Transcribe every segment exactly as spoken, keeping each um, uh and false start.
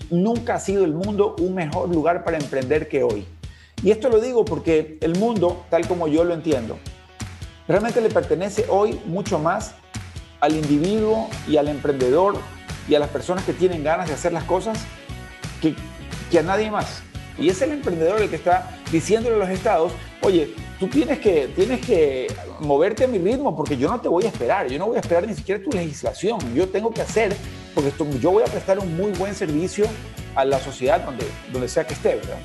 nunca ha sido el mundo un mejor lugar para emprender que hoy. Y esto lo digo porque el mundo, tal como yo lo entiendo, realmente le pertenece hoy mucho más al individuo y al emprendedor y a las personas que tienen ganas de hacer las cosas que, que a nadie más. Y es el emprendedor el que está diciéndole a los estados, oye, tú tienes que, tienes que moverte a mi ritmo porque yo no te voy a esperar, yo no voy a esperar ni siquiera tu legislación, yo tengo que hacer, porque esto, yo voy a prestar un muy buen servicio a la sociedad donde, donde sea que esté, ¿verdad?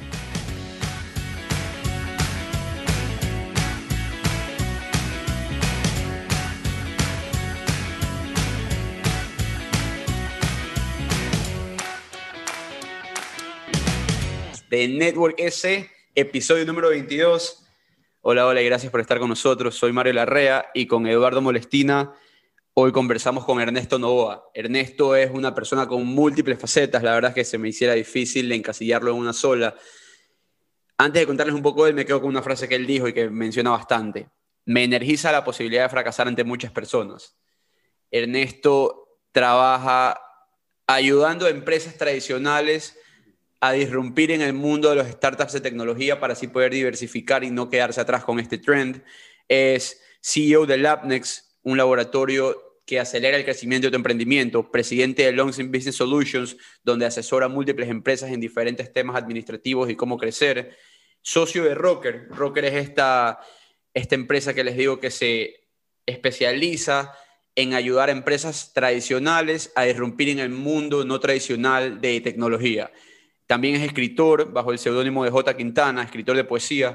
De Network S, episodio número veintidós. Hola, hola y gracias por estar con nosotros. Soy Mario Larrea y con Eduardo Molestina hoy conversamos con Ernesto Novoa. Ernesto es una persona con múltiples facetas, la verdad es que se me hiciera difícil encasillarlo en una sola. Antes de contarles un poco de él, me quedo con una frase que él dijo y que menciona bastante. Me energiza la posibilidad de fracasar ante muchas personas. Ernesto trabaja ayudando a empresas tradicionales a disrumpir en el mundo de los startups de tecnología para así poder diversificar y no quedarse atrás con este trend. Es C E O de Labnex, un laboratorio que acelera el crecimiento de tu emprendimiento, presidente de Longsim Business Solutions, donde asesora a múltiples empresas en diferentes temas administrativos y cómo crecer. Socio de Rocker. Rocker es esta, esta empresa que les digo que se especializa en ayudar a empresas tradicionales a disrumpir en el mundo no tradicional de tecnología. También es escritor, bajo el seudónimo de J. Quintana, escritor de poesía,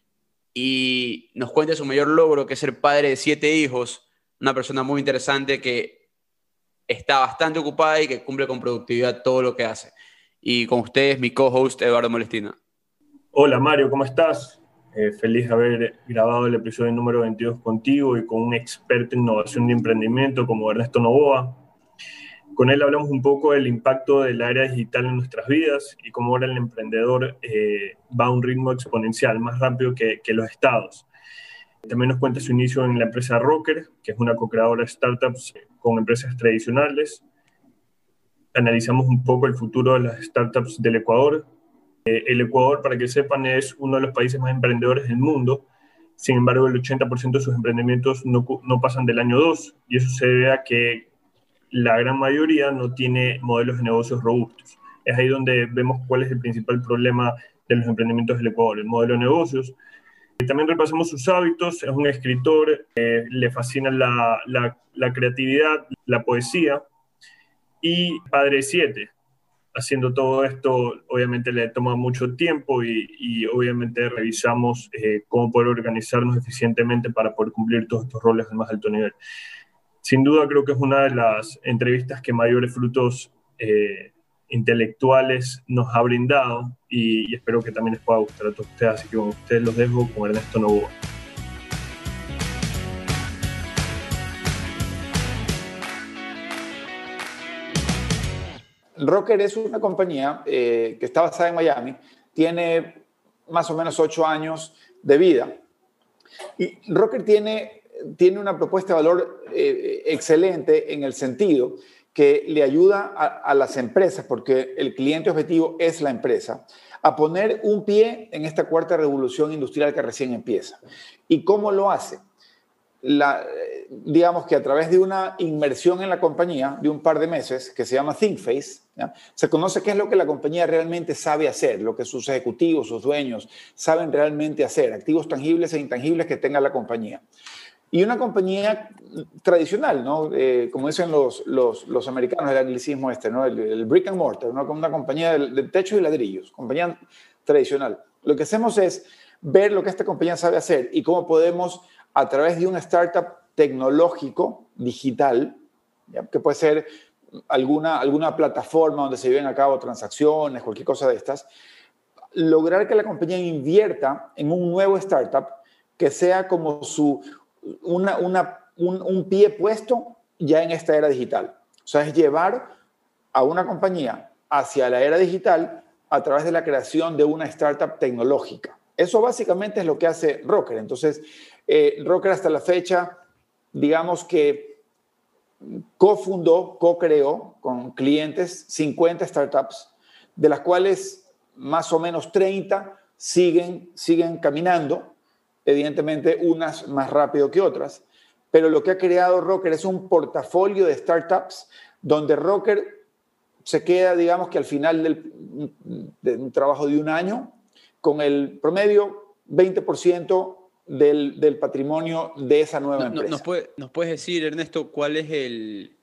y nos cuenta su mayor logro, que es ser padre de siete hijos, una persona muy interesante que está bastante ocupada y que cumple con productividad todo lo que hace. Y con ustedes, mi co-host, Eduardo Molestina. Hola Mario, ¿cómo estás? Eh, feliz de haber grabado el episodio número veintidós contigo y con un experto en innovación y emprendimiento como Ernesto Novoa. Con él hablamos un poco del impacto de la era digital en nuestras vidas y cómo ahora el emprendedor eh, va a un ritmo exponencial, más rápido que, que los estados. También nos cuenta su inicio en la empresa Rocker, que es una co-creadora de startups con empresas tradicionales. Analizamos un poco el futuro de las startups del Ecuador. Eh, el Ecuador, para que sepan, es uno de los países más emprendedores del mundo. Sin embargo, el ochenta por ciento de sus emprendimientos no, no pasan del año dos, y eso se debe a que la gran mayoría no tiene modelos de negocios robustos. Es ahí donde vemos cuál es el principal problema de los emprendimientos del Ecuador, el modelo de negocios. También repasamos sus hábitos. Es un escritor, eh, le fascina la, la, la creatividad, la poesía, y padre de siete. Haciendo todo esto, obviamente le toma mucho tiempo y, y obviamente revisamos eh, cómo poder organizarnos eficientemente para poder cumplir todos estos roles al más alto nivel. Sin duda creo que es una de las entrevistas que mayores frutos eh, intelectuales nos ha brindado y, y espero que también les pueda gustar a todos ustedes. Así que con ustedes los dejo con Ernesto Novoa. Rocker es una compañía eh, que está basada en Miami, tiene más o menos ocho años de vida. Y Rocker tiene, tiene una propuesta de valor eh, excelente en el sentido que le ayuda a, a las empresas, porque el cliente objetivo es la empresa, a poner un pie en esta cuarta revolución industrial que recién empieza. ¿Y cómo lo hace? La, digamos que a través de una inmersión en la compañía de un par de meses que se llama ThinkFace, ¿ya? Se conoce qué es lo que la compañía realmente sabe hacer, lo que sus ejecutivos, sus dueños saben realmente hacer, activos tangibles e intangibles que tenga la compañía. Y una compañía tradicional, ¿no? Eh, como dicen los, los, los americanos, el anglicismo este, ¿no? el, el brick and mortar, ¿no? Como una compañía de, de techo y ladrillos, compañía tradicional. Lo que hacemos es ver lo que esta compañía sabe hacer y cómo podemos, a través de un startup tecnológico, digital, ¿ya? Que puede ser alguna, alguna plataforma donde se lleven a cabo transacciones, cualquier cosa de estas, lograr que la compañía invierta en un nuevo startup que sea como su, una, una, un, un pie puesto ya en esta era digital. O sea, es llevar a una compañía hacia la era digital a través de la creación de una startup tecnológica. Eso básicamente es lo que hace Rocker. Entonces, eh, Rocker hasta la fecha, digamos que cofundó, co-creó con clientes cincuenta startups de las cuales más o menos treinta siguen, siguen caminando, evidentemente unas más rápido que otras, pero lo que ha creado Rocker es un portafolio de startups donde Rocker se queda, digamos que al final del, de un trabajo de un año, con el promedio veinte por ciento del, del patrimonio de esa nueva no, empresa. ¿Nos, puede, ¿Nos puedes decir, Ernesto, cuál es el,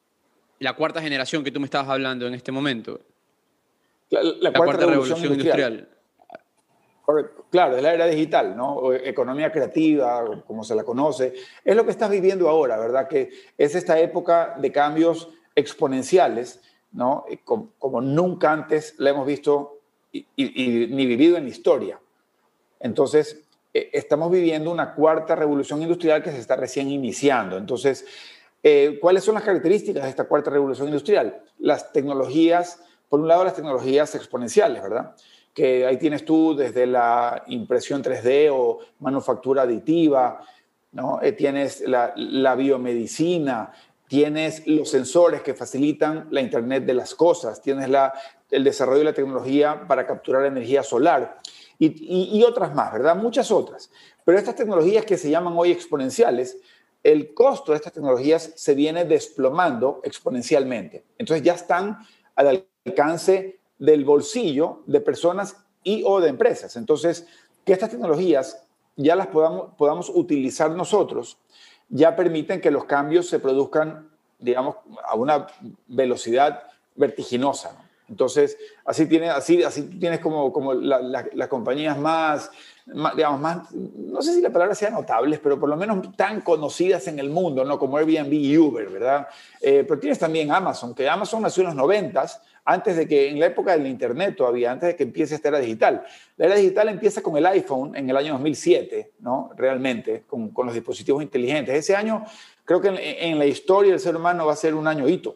la cuarta generación que tú me estabas hablando en este momento? La, la, la cuarta, cuarta revolución, revolución industrial. industrial. Correcto. Claro, es la era digital, ¿no? O economía creativa, como se la conoce. Es lo que estás viviendo ahora, ¿verdad? Que es esta época de cambios exponenciales, ¿no? Como, como nunca antes la hemos visto y, y, y ni vivido en la historia. Entonces, eh, estamos viviendo una cuarta revolución industrial que se está recién iniciando. Entonces, eh, ¿cuáles son las características de esta cuarta revolución industrial? Las tecnologías, por un lado, las tecnologías exponenciales, ¿verdad? Que ahí tienes tú desde la impresión tres D o manufactura aditiva, ¿no? Eh, tienes la, la biomedicina, tienes los sensores que facilitan la Internet de las cosas, tienes la, el desarrollo de la tecnología para capturar energía solar y, y, y otras más, ¿verdad? Muchas otras. Pero estas tecnologías que se llaman hoy exponenciales, el costo de estas tecnologías se viene desplomando exponencialmente. Entonces ya están al alcance del bolsillo de personas y o de empresas. Entonces, que estas tecnologías ya las podamos, podamos utilizar nosotros, ya permiten que los cambios se produzcan, digamos, a una velocidad vertiginosa, ¿no? Entonces, así, tiene, así, así tienes como, como las la, la compañías más, más, digamos, más, no sé si la palabra sea notables, pero por lo menos tan conocidas en el mundo, ¿no? Como Airbnb y Uber, ¿verdad? Eh, pero tienes también Amazon, que Amazon nació en los noventas, antes de que, en la época del Internet todavía, antes de que empiece esta era digital. La era digital empieza con el iPhone en el año dos mil siete, ¿no? Realmente, con, con los dispositivos inteligentes. Ese año, creo que en, en la historia del ser humano va a ser un año hito.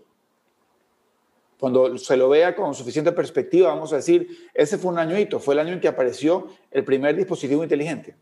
Cuando se lo vea con suficiente perspectiva, vamos a decir, ese fue un año hito, fue el año en que apareció el primer dispositivo inteligente.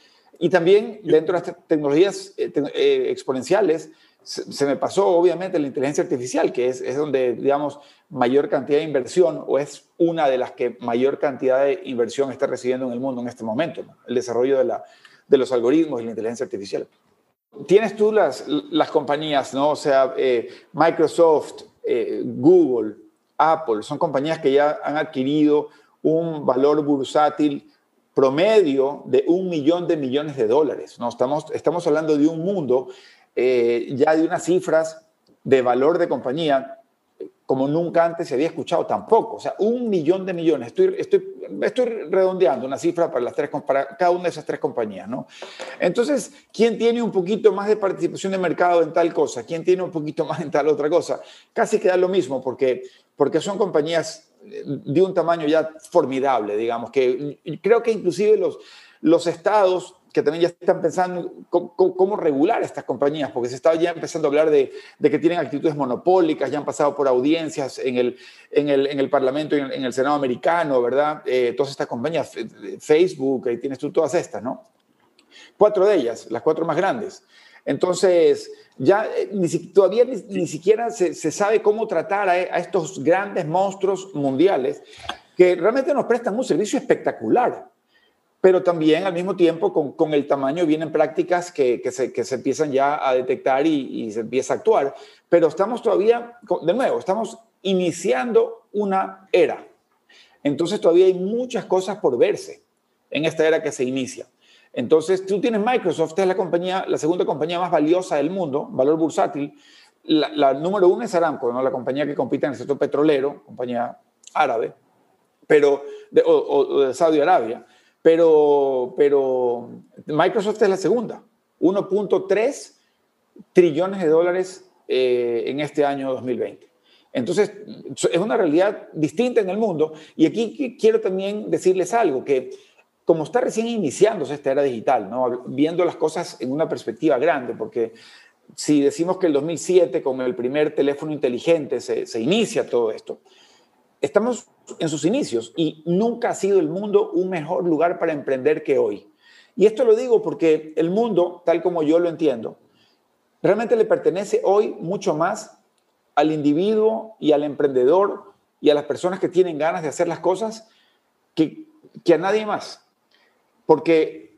Y también, dentro de estas tecnologías eh, te, eh, exponenciales, se, se me pasó, obviamente, la inteligencia artificial, que es, es donde, digamos, mayor cantidad de inversión, o es una de las que mayor cantidad de inversión está recibiendo en el mundo en este momento, ¿no? El desarrollo de, la, de los algoritmos y la inteligencia artificial. Tienes tú las, las compañías, ¿no? O sea, eh, Microsoft, eh, Google, Apple, son compañías que ya han adquirido un valor bursátil promedio de un millón de millones de dólares, ¿no? Estamos, estamos hablando de un mundo eh, ya de unas cifras de valor de compañía como nunca antes se había escuchado tampoco. O sea, un millón de millones. Estoy, estoy, estoy redondeando una cifra para, las tres, para cada una de esas tres compañías, ¿no? Entonces, ¿quién tiene un poquito más de participación de mercado en tal cosa? ¿Quién tiene un poquito más en tal otra cosa? Casi queda lo mismo porque, porque son compañías de un tamaño ya formidable, digamos, que creo que inclusive los, los estados que también ya están pensando cómo, cómo regular estas compañías, porque se está ya empezando a hablar de, de que tienen actitudes monopólicas, ya han pasado por audiencias en el, en el, en el Parlamento y en, en el Senado americano, ¿verdad? Eh, todas estas compañías, Facebook, ahí tienes tú todas estas, ¿no? Cuatro de ellas, las cuatro más grandes. Entonces, ya eh, ni, todavía ni, ni siquiera se, se sabe cómo tratar a, a estos grandes monstruos mundiales que realmente nos prestan un servicio espectacular. Pero también al mismo tiempo con, con el tamaño vienen prácticas que, que, se, que se empiezan ya a detectar y, y se empieza a actuar. Pero estamos todavía, de nuevo, estamos iniciando una era. Entonces todavía hay muchas cosas por verse en esta era que se inicia. Entonces tú tienes Microsoft, es la, compañía, la segunda compañía más valiosa del mundo, valor bursátil. La, la número uno es Aramco, ¿no? La compañía que compite en el sector petrolero, compañía árabe, pero de, o, o de Saudi Arabia. Pero, pero Microsoft es la segunda, uno punto tres trillones de dólares eh, en este año dos mil veinte. Entonces, es una realidad distinta en el mundo. Y aquí quiero también decirles algo, que como está recién iniciándose esta era digital, ¿no? Viendo las cosas en una perspectiva grande, porque si decimos que el dos mil siete, con el primer teléfono inteligente, se, se inicia todo esto, estamos en sus inicios y nunca ha sido el mundo un mejor lugar para emprender que hoy. Y esto lo digo porque el mundo, tal como yo lo entiendo, realmente le pertenece hoy mucho más al individuo y al emprendedor y a las personas que tienen ganas de hacer las cosas que, que a nadie más. Porque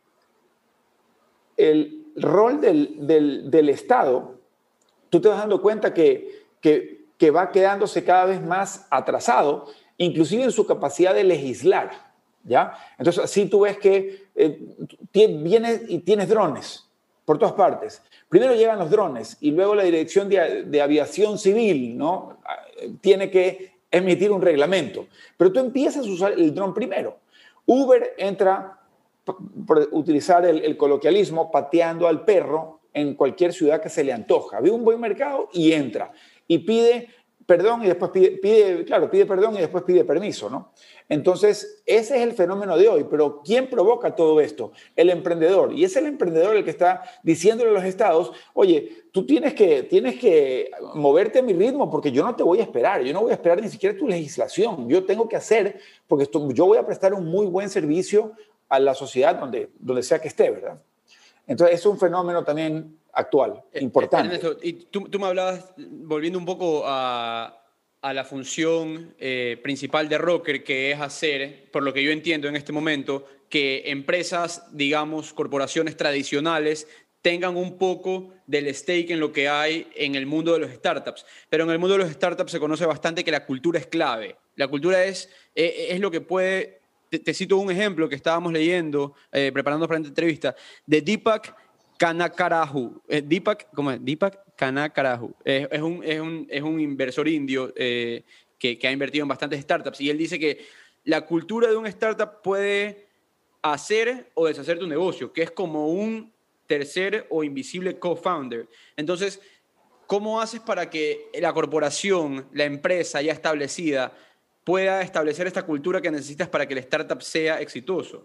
el rol del, del, del Estado, tú te vas dando cuenta que, que, que va quedándose cada vez más atrasado, inclusive en su capacidad de legislar, ¿ya? Entonces, así tú ves que eh, vienes y tienes drones por todas partes. Primero llegan los drones y luego la Dirección de, de Aviación Civil, ¿no? Tiene que emitir un reglamento. Pero tú empiezas a usar el dron primero. Uber entra, por utilizar el, el coloquialismo, pateando al perro en cualquier ciudad que se le antoja. Ve un buen mercado y entra. Y pide perdón y después pide, pide, claro, pide perdón y después pide permiso, ¿no? Entonces, ese es el fenómeno de hoy. Pero ¿quién provoca todo esto? El emprendedor. Y es el emprendedor el que está diciéndole a los estados, oye, tú tienes que, tienes que moverte a mi ritmo porque yo no te voy a esperar. Yo no voy a esperar ni siquiera tu legislación. Yo tengo que hacer, porque esto, yo voy a prestar un muy buen servicio a la sociedad donde, donde sea que esté, ¿verdad? Entonces, es un fenómeno también actual, importante. Ernesto, y tú, tú me hablabas, volviendo un poco a, a la función eh, principal de Rocker, que es hacer, por lo que yo entiendo en este momento, que empresas, digamos, corporaciones tradicionales tengan un poco del stake en lo que hay en el mundo de los startups. Pero en el mundo de los startups se conoce bastante que la cultura es clave. La cultura es, eh, es lo que puede... Te, te cito un ejemplo que estábamos leyendo, eh, preparando para esta entrevista, de Deepak Kanakarahu. Eh, Deepak, ¿cómo es? Deepak Kanakarahu. Eh, es, un, es, un, es un inversor indio eh, que, que ha invertido en bastantes startups. Y él dice que la cultura de un startup puede hacer o deshacer tu negocio, que es como un tercer o invisible co-founder. Entonces, ¿cómo haces para que la corporación, la empresa ya establecida, pueda establecer esta cultura que necesitas para que el startup sea exitoso?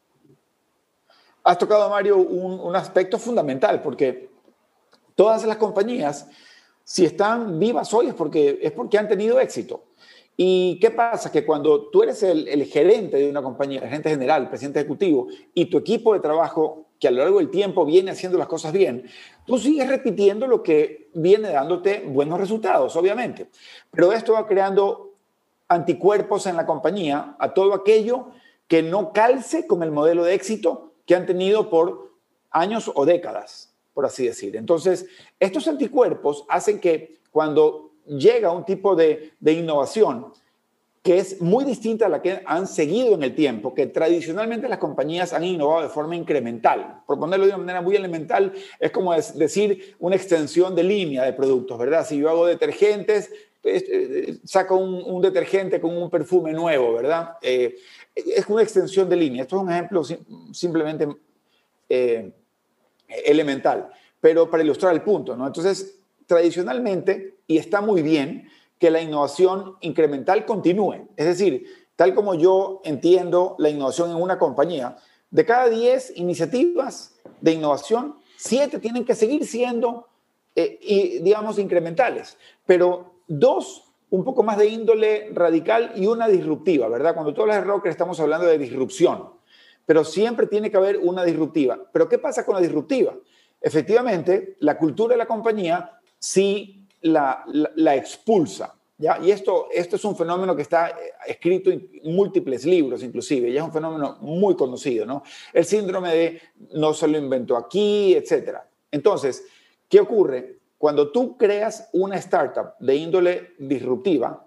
Has tocado, Mario, un, un aspecto fundamental, porque todas las compañías, si están vivas hoy, es porque, es porque han tenido éxito. ¿Y qué pasa? Que cuando tú eres el, el gerente de una compañía, el gerente general, el presidente ejecutivo, y tu equipo de trabajo, que a lo largo del tiempo viene haciendo las cosas bien, tú sigues repitiendo lo que viene dándote buenos resultados, obviamente. Pero esto va creando anticuerpos en la compañía a todo aquello que no calce con el modelo de éxito que han tenido por años o décadas, por así decir. Entonces, estos anticuerpos hacen que cuando llega un tipo de, de innovación que es muy distinta a la que han seguido en el tiempo, que tradicionalmente las compañías han innovado de forma incremental. Por ponerlo de una manera muy elemental, es como es decir una extensión de línea de productos, ¿verdad? Si yo hago detergentes, saco un, un detergente con un perfume nuevo, ¿verdad? Eh, es una extensión de línea. Esto es un ejemplo simplemente eh, elemental, pero para ilustrar el punto, ¿no? Entonces, tradicionalmente, y está muy bien, que la innovación incremental continúe. Es decir, tal como yo entiendo la innovación en una compañía, de cada diez iniciativas de innovación, siete tienen que seguir siendo, eh, y, digamos, incrementales, pero dos, un poco más de índole radical y una disruptiva, ¿verdad? Cuando tú hablas de Rocker estamos hablando de disrupción, pero siempre tiene que haber una disruptiva. ¿Pero qué pasa con la disruptiva? Efectivamente, la cultura de la compañía sí la, la, la expulsa, ¿ya? Y esto, esto es un fenómeno que está escrito en múltiples libros, inclusive, y es un fenómeno muy conocido, ¿no? El síndrome de no se lo inventó aquí, etcétera. Entonces, ¿qué ocurre? Cuando tú creas una startup de índole disruptiva,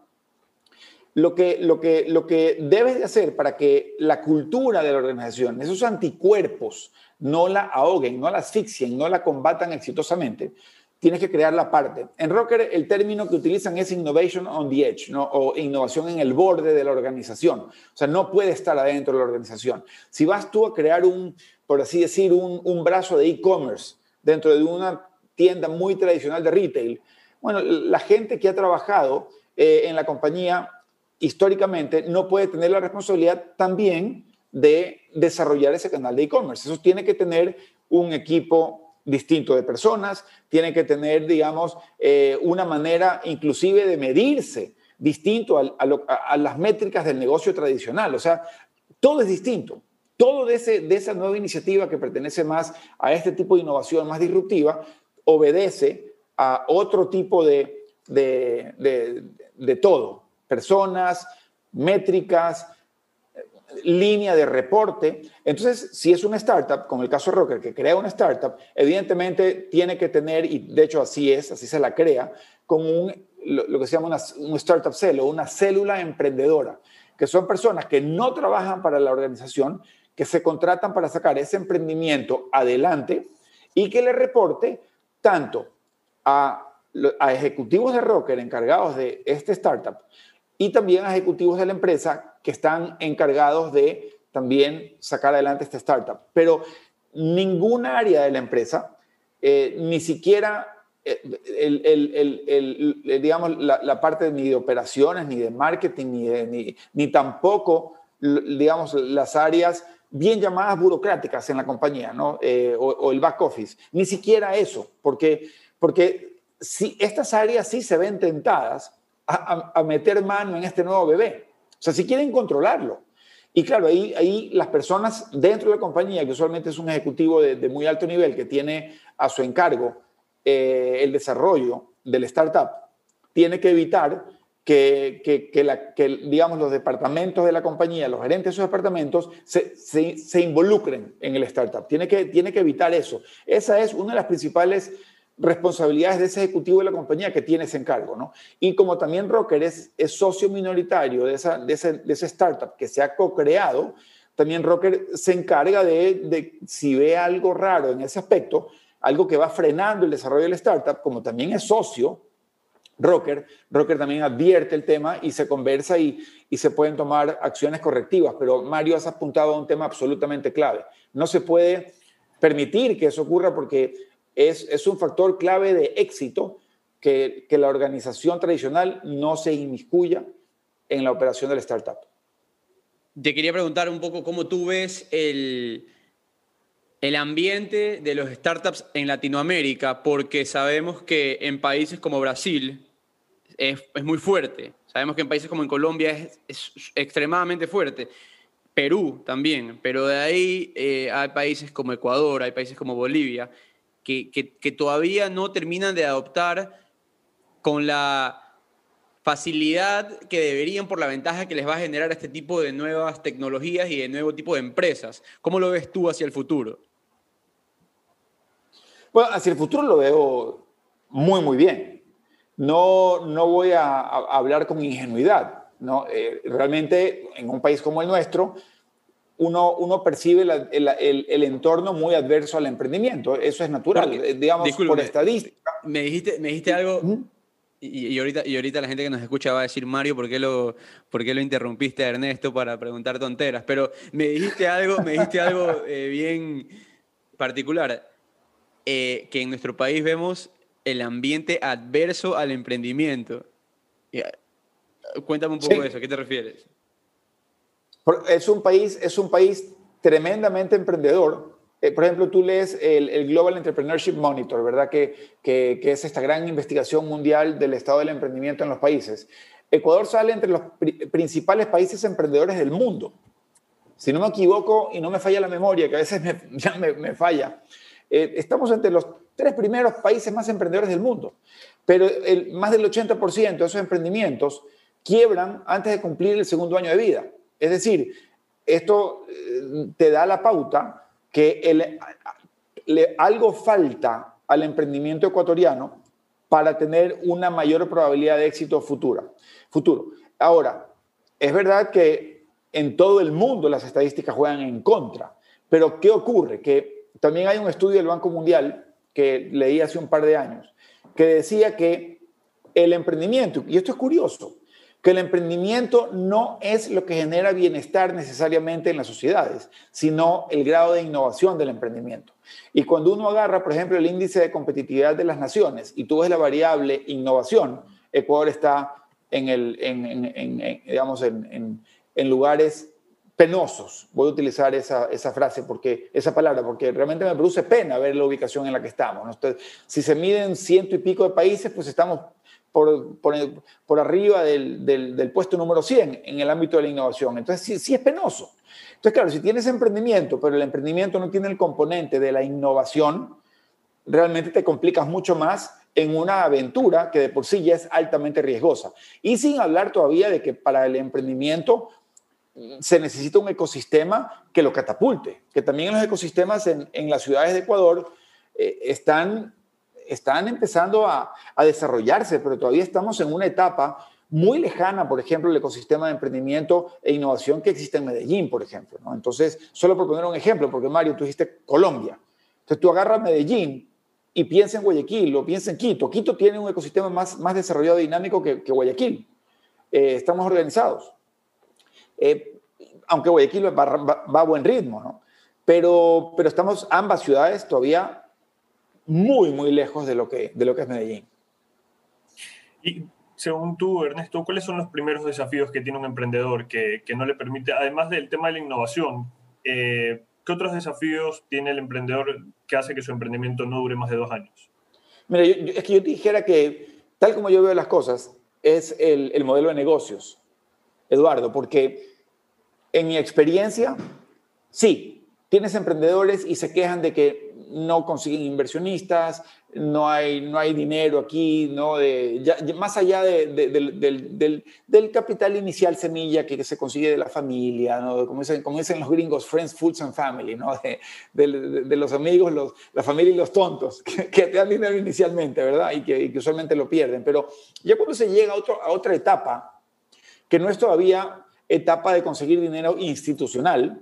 lo que, lo que, lo que debes de hacer para que la cultura de la organización, esos anticuerpos, no la ahoguen, no la asfixien, no la combatan exitosamente, tienes que crear la parte. En Rocker el término que utilizan es innovation on the edge, ¿no? O innovación en el borde de la organización. O sea, no puede estar adentro de la organización. Si vas tú a crear un, por así decir, un, un brazo de e-commerce dentro de una tienda muy tradicional de retail, bueno, la gente que ha trabajado eh, en la compañía históricamente no puede tener la responsabilidad también de desarrollar ese canal de e-commerce. Eso tiene que tener un equipo distinto de personas, tiene que tener, digamos, eh, una manera inclusive de medirse distinto a, a, lo, a, a las métricas del negocio tradicional. O sea, todo es distinto. Todo de, ese, de esa nueva iniciativa que pertenece más a este tipo de innovación más disruptiva obedece a otro tipo de, de, de, de todo. personas, métricas, línea de reporte. Entonces, si es una startup, como el caso de Rocker, que crea una startup, evidentemente tiene que tener, y de hecho así es, así se la crea, como un, lo, lo que se llama una, un startup cell o una célula emprendedora, que son personas que no trabajan para la organización, que se contratan para sacar ese emprendimiento adelante y que le reporte tanto a, a ejecutivos de Rocker encargados de este startup y también a ejecutivos de la empresa que están encargados de también sacar adelante esta startup. Pero ninguna área de la empresa, eh, ni siquiera eh, el, el, el, el, digamos, la, la parte ni de operaciones, ni de marketing, ni, de, ni, ni tampoco, digamos, las áreas bien llamadas burocráticas en la compañía, ¿no? Eh, o, o el back office. Ni siquiera eso, porque, porque si estas áreas sí se ven tentadas a, a, a meter mano en este nuevo bebé. O sea, si quieren controlarlo. Y claro, ahí, ahí las personas dentro de la compañía, que usualmente es un ejecutivo de, de muy alto nivel que tiene a su encargo eh, el desarrollo del startup, tiene que evitar que, que, que, la, que, digamos, los departamentos de la compañía, los gerentes de esos departamentos, se, se, se involucren en el startup. Tiene que, tiene que evitar eso. Esa es una de las principales responsabilidades de ese ejecutivo de la compañía que tiene ese encargo, ¿no? Y como también Rocker es, es socio minoritario de, esa, de, ese, de ese startup que se ha co-creado, también Rocker se encarga de, de, si ve algo raro en ese aspecto, algo que va frenando el desarrollo del startup, como también es socio, Rocker, Rocker también advierte el tema y se conversa y, y se pueden tomar acciones correctivas. Pero Mario, has apuntado a un tema absolutamente clave. No se puede permitir que eso ocurra porque es, es un factor clave de éxito que, que la organización tradicional no se inmiscuya en la operación del startup. Te quería preguntar un poco cómo tú ves el, el ambiente de los startups en Latinoamérica, porque sabemos que en países como Brasil es, es muy fuerte. Sabemos que en países como en Colombia es, es extremadamente fuerte. Perú también, pero de ahí eh, hay países como Ecuador, hay países como Bolivia, que, que, que todavía no terminan de adoptar con la facilidad que deberían por la ventaja que les va a generar este tipo de nuevas tecnologías y de nuevo tipo de empresas. ¿Cómo lo ves tú hacia el futuro? Bueno, hacia el futuro lo veo muy, muy bien. No, no voy a, a hablar con ingenuidad, ¿no? Eh, realmente, en un país como el nuestro, uno, uno percibe la, el, el, el entorno muy adverso al emprendimiento. Eso es natural, Porque, digamos, disculpe, por estadística. Me dijiste, me dijiste algo... ¿Mm? Y, y, ahorita, y ahorita la gente que nos escucha va a decir, Mario, ¿por qué lo, por qué lo interrumpiste a Ernesto para preguntar tonteras? Pero me dijiste algo, me dijiste algo eh, bien particular, eh, que en nuestro país vemos el ambiente adverso al emprendimiento. Cuéntame un poco Sí. de eso, ¿a qué te refieres? Es un país, es un país tremendamente emprendedor. Eh, por ejemplo, tú lees el, el Global Entrepreneurship Monitor, ¿verdad? Que, que, que es esta gran investigación mundial del estado del emprendimiento en los países. Ecuador sale entre los pri- principales países emprendedores del mundo. Si no me equivoco y no me falla la memoria, que a veces me, ya me, me falla, eh, estamos entre los tres primeros países más emprendedores del mundo. Pero el, más del ochenta por ciento de esos emprendimientos quiebran antes de cumplir el segundo año de vida. Es decir, esto eh, te da la pauta que el, le, algo falta al emprendimiento ecuatoriano para tener una mayor probabilidad de éxito futura, futuro. Ahora, es verdad que en todo el mundo las estadísticas juegan en contra, pero ¿qué ocurre? Que también hay un estudio del Banco Mundial que leí hace un par de años que decía que el emprendimiento, y esto es curioso, que el emprendimiento no es lo que genera bienestar necesariamente en las sociedades, sino el grado de innovación del emprendimiento. Y cuando uno agarra, por ejemplo, el índice de competitividad de las naciones y tú ves la variable innovación, Ecuador está en, el, en, en, en, en digamos, en, en, en lugares penosos. Voy a utilizar esa, esa frase, porque, esa palabra, porque realmente me produce pena ver la ubicación en la que estamos, ¿no? Entonces, si se miden ciento y pico de países, pues estamos Por, por, por arriba del, del, del puesto número cien en el ámbito de la innovación. Entonces, sí, sí es penoso. Entonces, claro, si tienes emprendimiento, pero el emprendimiento no tiene el componente de la innovación, realmente te complicas mucho más en una aventura que de por sí ya es altamente riesgosa. Y sin hablar todavía de que para el emprendimiento se necesita un ecosistema que lo catapulte, que también los ecosistemas en, en las ciudades de Ecuador eh, están, están empezando a, a desarrollarse, pero todavía estamos en una etapa muy lejana, por ejemplo, el ecosistema de emprendimiento e innovación que existe en Medellín, por ejemplo, ¿no? Entonces, solo por poner un ejemplo, porque Mario, tú dijiste Colombia. Entonces, tú agarras Medellín y piensa en Guayaquil o piensa en Quito. Quito tiene un ecosistema más, más desarrollado y dinámico que, que Guayaquil. Eh, estamos organizados. Eh, aunque Guayaquil va, va, va a buen ritmo, ¿no? Pero, pero estamos ambas ciudades todavía muy, muy lejos de lo que, de lo que es Medellín. Y según tú, Ernesto, ¿cuáles son los primeros desafíos que tiene un emprendedor que, que no le permite, además del tema de la innovación, eh, qué otros desafíos tiene el emprendedor que hace que su emprendimiento no dure más de dos años? Mira, yo, yo, es que yo te dijera que, tal como yo veo las cosas, es el, el modelo de negocios, Eduardo, porque en mi experiencia, sí, tienes emprendedores y se quejan de que no consiguen inversionistas, no hay, no hay dinero aquí, ¿no? De, ya, más allá de, de, de, del, del, del capital inicial semilla que se consigue de la familia, ¿no? Como dicen, como dicen los gringos, friends, fools and family, ¿no? De, de, de los amigos, los, la familia y los tontos, que, que te dan dinero inicialmente, ¿verdad? Y que, y que usualmente lo pierden. Pero ya cuando se llega a, otro, a otra etapa, que no es todavía etapa de conseguir dinero institucional,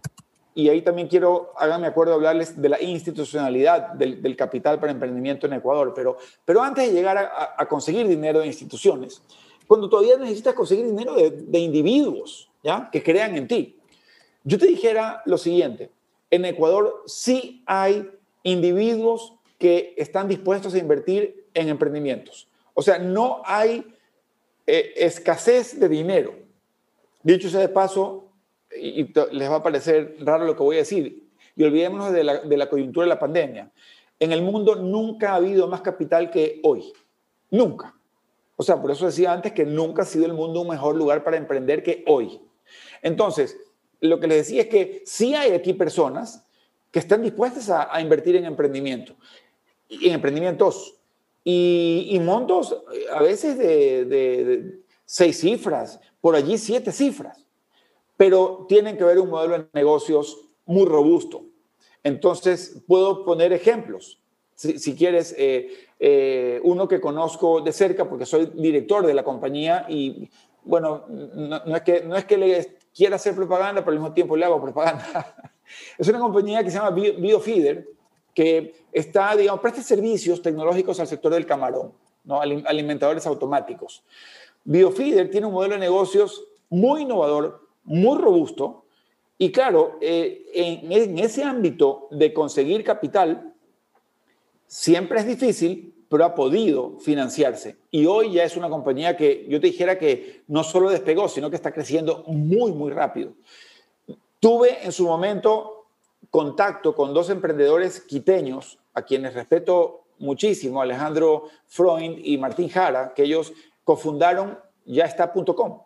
y ahí también quiero, háganme acuerdo, hablarles de la institucionalidad del, del capital para emprendimiento en Ecuador, pero, pero antes de llegar a, a conseguir dinero de instituciones, cuando todavía necesitas conseguir dinero de, de individuos, ¿ya? Que crean en ti. Yo te dijera lo siguiente, en Ecuador sí hay individuos que están dispuestos a invertir en emprendimientos. O sea, no hay eh, escasez de dinero. Dicho sea de paso, y les va a parecer raro lo que voy a decir, y olvidémonos de la, de la coyuntura de la pandemia. En el mundo nunca ha habido más capital que hoy. Nunca. O sea, por eso decía antes que nunca ha sido el mundo un mejor lugar para emprender que hoy. Entonces, lo que les decía es que sí hay aquí personas que están dispuestas a, a invertir en emprendimiento, en emprendimientos, y, y montos a veces de, de, de seis cifras, por allí siete cifras. Pero tienen que ver un modelo de negocios muy robusto. Entonces, puedo poner ejemplos. Si, si quieres, eh, eh, uno que conozco de cerca, porque soy director de la compañía y, bueno, no, no, es que, no es que le quiera hacer propaganda, pero al mismo tiempo le hago propaganda. Es una compañía que se llama BioFeeder, que está, digamos, presta servicios tecnológicos al sector del camarón, ¿no? Alimentadores automáticos. BioFeeder tiene un modelo de negocios muy innovador, muy robusto, y claro, eh, en, en ese ámbito de conseguir capital, siempre es difícil, pero ha podido financiarse. Y hoy ya es una compañía que yo te dijera que no solo despegó, sino que está creciendo muy, muy rápido. Tuve en su momento contacto con dos emprendedores quiteños, a quienes respeto muchísimo, Alejandro Freund y Martín Jara, que ellos cofundaron ya está punto com.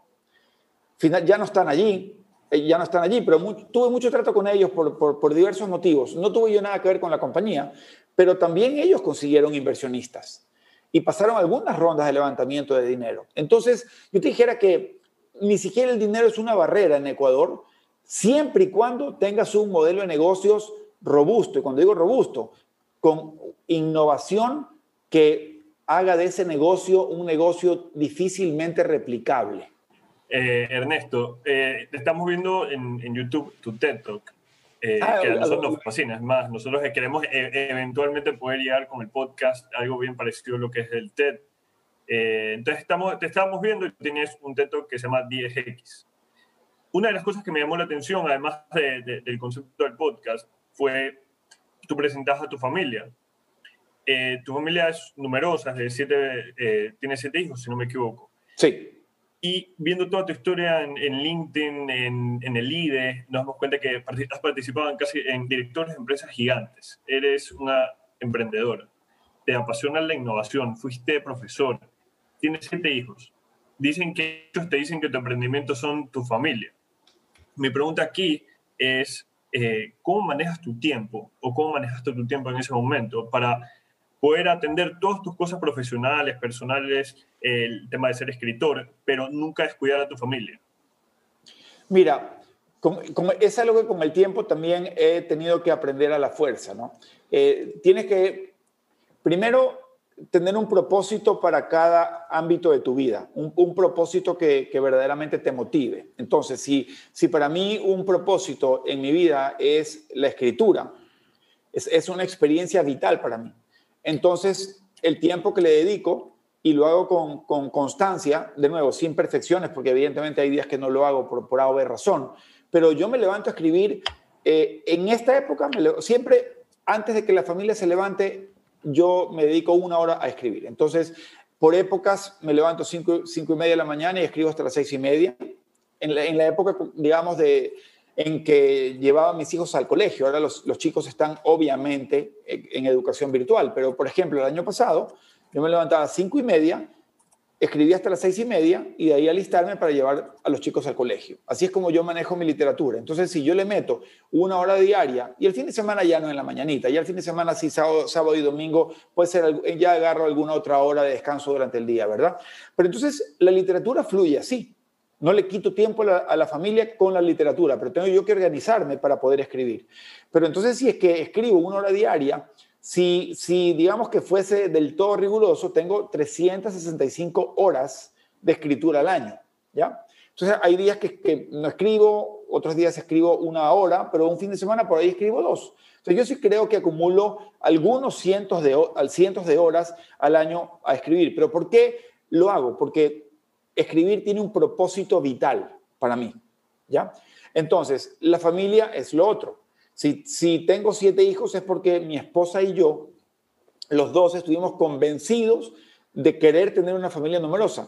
Ya no están allí, ya no están allí, pero muy, tuve mucho trato con ellos por, por, por diversos motivos. No tuve yo nada que ver con la compañía, pero también ellos consiguieron inversionistas y pasaron algunas rondas de levantamiento de dinero. Entonces, yo te dijera que ni siquiera el dinero es una barrera en Ecuador, siempre y cuando tengas un modelo de negocios robusto. Y cuando digo robusto, con innovación que haga de ese negocio un negocio difícilmente replicable. Eh, Ernesto, eh, estamos viendo en, en YouTube tu TED Talk, eh, ah, que a nosotros nos fascina. Es más, nosotros queremos e eventualmente poder llegar con el podcast algo bien parecido a lo que es el TED. Eh, entonces, estamos, te estábamos viendo y tienes un TED Talk que se llama diez equis. Una de las cosas que me llamó la atención, además de, de, del concepto del podcast, fue tú presentas a tu familia. Eh, tu familia es numerosa, de siete, eh, tiene siete hijos, si no me equivoco. Sí. Y viendo toda tu historia en, en LinkedIn, en, en el I D E, nos damos cuenta que has participado en casi en directores de empresas gigantes. Eres una emprendedora. Te apasiona la innovación. Fuiste profesor. Tienes siete hijos. Dicen que ellos te dicen que tu emprendimiento son tu familia. Mi pregunta aquí es, eh, ¿cómo manejas tu tiempo? ¿O cómo manejaste tu tiempo en ese momento para poder atender todas tus cosas profesionales, personales, el tema de ser escritor, pero nunca descuidar a tu familia? Mira, con, con, es algo que con el tiempo también he tenido que aprender a la fuerza, ¿no? Eh, tienes que, primero, tener un propósito para cada ámbito de tu vida, un, un propósito que, que verdaderamente te motive. Entonces, si, si para mí un propósito en mi vida es la escritura, es, es una experiencia vital para mí. Entonces, el tiempo que le dedico, y lo hago con, con constancia, de nuevo, sin perfecciones, porque evidentemente hay días que no lo hago por, por A o B razón, pero yo me levanto a escribir, eh, en esta época, me le, siempre antes de que la familia se levante, yo me dedico una hora a escribir. Entonces, por épocas, me levanto cinco, cinco y media de la mañana y escribo hasta las seis y media. En la, en la época, digamos, de, en que llevaba a mis hijos al colegio. Ahora los, los chicos están, obviamente, en, en educación virtual. Pero, por ejemplo, el año pasado, yo me levantaba a cinco y media, escribí hasta las seis y media y de ahí alistarme para llevar a los chicos al colegio. Así es como yo manejo mi literatura. Entonces, si yo le meto una hora diaria, y el fin de semana ya no en la mañanita, ya el fin de semana sí, sábado, sábado y domingo, puede ser, ya agarro alguna otra hora de descanso durante el día, ¿verdad? Pero entonces, la literatura fluye así. No le quito tiempo a la, a la familia con la literatura, pero tengo yo que organizarme para poder escribir. Pero entonces, si es que escribo una hora diaria, Si, si digamos que fuese del todo riguroso, tengo trescientas sesenta y cinco horas de escritura al año, ¿ya? Entonces hay días que, que no escribo, otros días escribo una hora, pero un fin de semana por ahí escribo dos. Entonces yo sí creo que acumulo algunos cientos de, cientos de horas al año a escribir. ¿Pero por qué lo hago? Porque escribir tiene un propósito vital para mí, ¿ya? Entonces, la familia es lo otro. Si, si tengo siete hijos es porque mi esposa y yo, los dos, estuvimos convencidos de querer tener una familia numerosa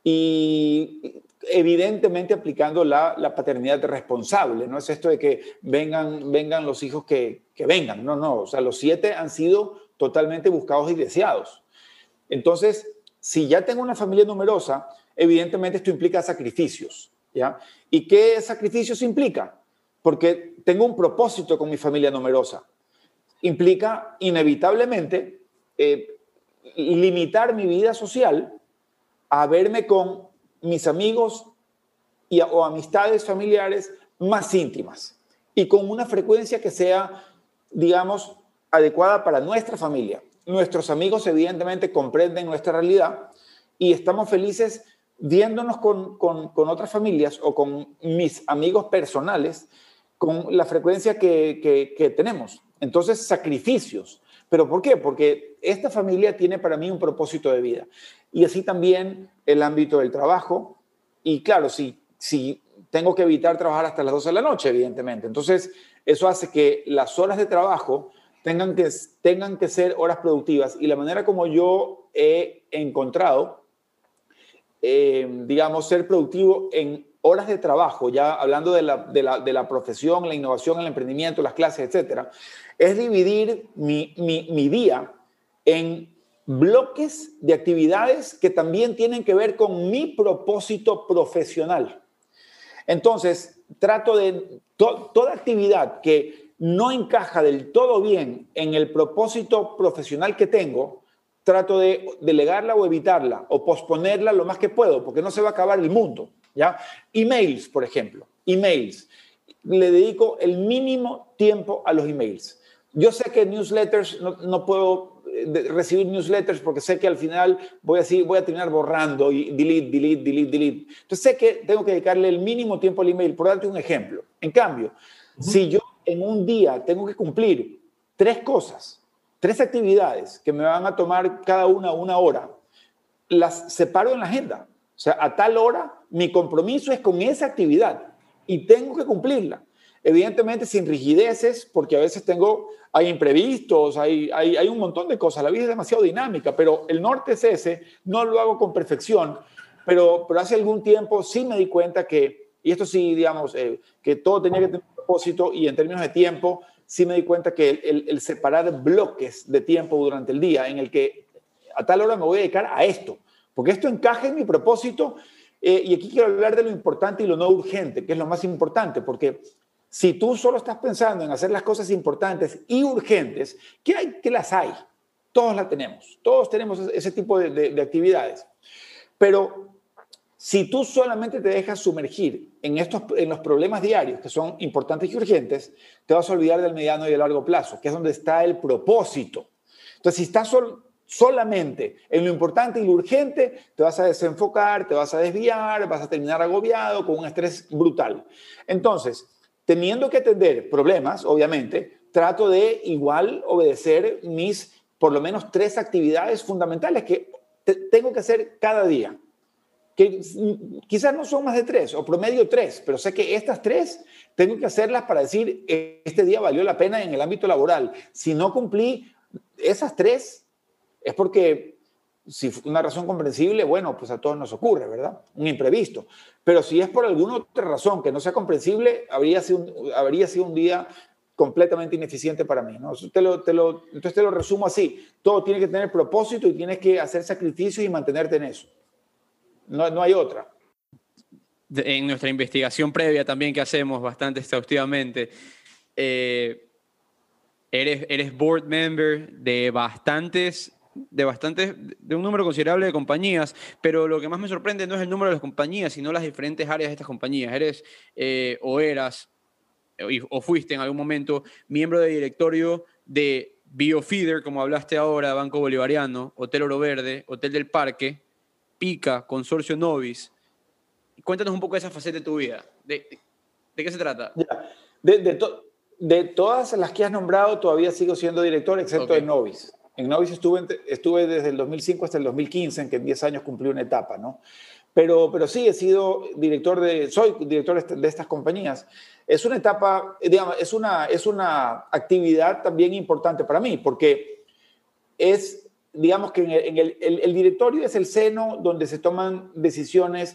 y evidentemente aplicando la, la paternidad responsable. No es esto de que vengan, vengan los hijos que, que vengan. No, no. O sea, los siete han sido totalmente buscados y deseados. Entonces, si ya tengo una familia numerosa, evidentemente esto implica sacrificios, ¿ya? ¿Y qué sacrificios implica? Porque tengo un propósito con mi familia numerosa. Implica inevitablemente eh, limitar mi vida social a verme con mis amigos y a, o amistades familiares más íntimas y con una frecuencia que sea, digamos, adecuada para nuestra familia. Nuestros amigos evidentemente comprenden nuestra realidad y estamos felices viéndonos con, con, con otras familias o con mis amigos personales con la frecuencia que, que, que tenemos. Entonces, sacrificios. ¿Pero por qué? Porque esta familia tiene para mí un propósito de vida. Y así también el ámbito del trabajo. Y claro, si, si tengo que evitar trabajar hasta las doce de la noche, evidentemente. Entonces, eso hace que las horas de trabajo tengan que, tengan que ser horas productivas. Y la manera como yo he encontrado, eh, digamos, ser productivo en horas de trabajo, ya hablando de la, de, la, de la profesión, la innovación, el emprendimiento, las clases, etcétera, es dividir mi, mi, mi día en bloques de actividades que también tienen que ver con mi propósito profesional. Entonces, trato de to, toda actividad que no encaja del todo bien en el propósito profesional que tengo, trato de delegarla o evitarla o posponerla lo más que puedo, porque no se va a acabar el mundo. ¿Ya? Emails, por ejemplo, emails. Le dedico el mínimo tiempo a los emails. Yo sé que newsletters, no, no puedo recibir newsletters porque sé que al final voy a, decir, voy a terminar borrando y delete, delete, delete, delete. Entonces sé que tengo que dedicarle el mínimo tiempo al email, por darte un ejemplo. En cambio, uh-huh. si yo en un día tengo que cumplir tres cosas, tres actividades que me van a tomar cada una una hora, las separo en la agenda. O sea, a tal hora mi compromiso es con esa actividad y tengo que cumplirla. Evidentemente sin rigideces, porque a veces tengo, hay imprevistos, hay, hay, hay un montón de cosas. La vida es demasiado dinámica, pero el norte es ese. No lo hago con perfección, pero, pero hace algún tiempo sí me di cuenta que, y esto sí, digamos, eh, que todo tenía que tener un propósito y en términos de tiempo, sí me di cuenta que el, el, el separar bloques de tiempo durante el día en el que a tal hora me voy a dedicar a esto, porque esto encaja en mi propósito. Eh, y aquí quiero hablar de lo importante y lo no urgente, que es lo más importante, porque si tú solo estás pensando en hacer las cosas importantes y urgentes, ¿qué hay? ¿Qué las hay? Todos la tenemos, todos tenemos ese tipo de, de, de actividades. Pero si tú solamente te dejas sumergir en, estos, en los problemas diarios, que son importantes y urgentes, te vas a olvidar del mediano y del largo plazo, que es donde está el propósito. Entonces, si estás sol, solamente en lo importante y lo urgente, te vas a desenfocar, te vas a desviar, vas a terminar agobiado con un estrés brutal. Entonces, teniendo que atender problemas, obviamente, trato de igual obedecer mis, por lo menos, tres actividades fundamentales que te, tengo que hacer cada día. Que quizás no son más de tres, o promedio tres, pero sé que estas tres tengo que hacerlas para decir, este día valió la pena en el ámbito laboral. Si no cumplí esas tres, es porque, si fue una razón comprensible, bueno, pues a todos nos ocurre, ¿verdad? Un imprevisto. Pero si es por alguna otra razón que no sea comprensible, habría sido un, habría sido un día completamente ineficiente para mí, ¿no? Te lo, te lo, entonces te lo resumo así. Todo tiene que tener propósito y tienes que hacer sacrificios y mantenerte en eso. No, no hay otra. En nuestra investigación previa también que hacemos bastante exhaustivamente, eh, eres, eres board member de bastantes, de bastantes, de un número considerable de compañías, pero lo que más me sorprende no es el número de las compañías, sino las diferentes áreas de estas compañías. Eres eh, o eras o fuiste en algún momento miembro de directorio de Biofeeder, como hablaste ahora, Banco Bolivariano, Hotel Oro Verde, Hotel del Parque, Pica, Consorcio Novis. Cuéntanos un poco de esa faceta de tu vida. ¿De, de, de qué se trata? Ya. De, de, to, de todas las que has nombrado, todavía sigo siendo director, excepto okay. de Novis. En Novis estuve, estuve desde el dos mil cinco hasta el dos mil quince, en que en diez años cumplí una etapa, ¿no? Pero, pero sí, he sido director de, soy director de estas compañías. Es una etapa, digamos, es una, es una actividad también importante para mí, porque es, digamos que en el, en el, el, el directorio es el seno donde se toman decisiones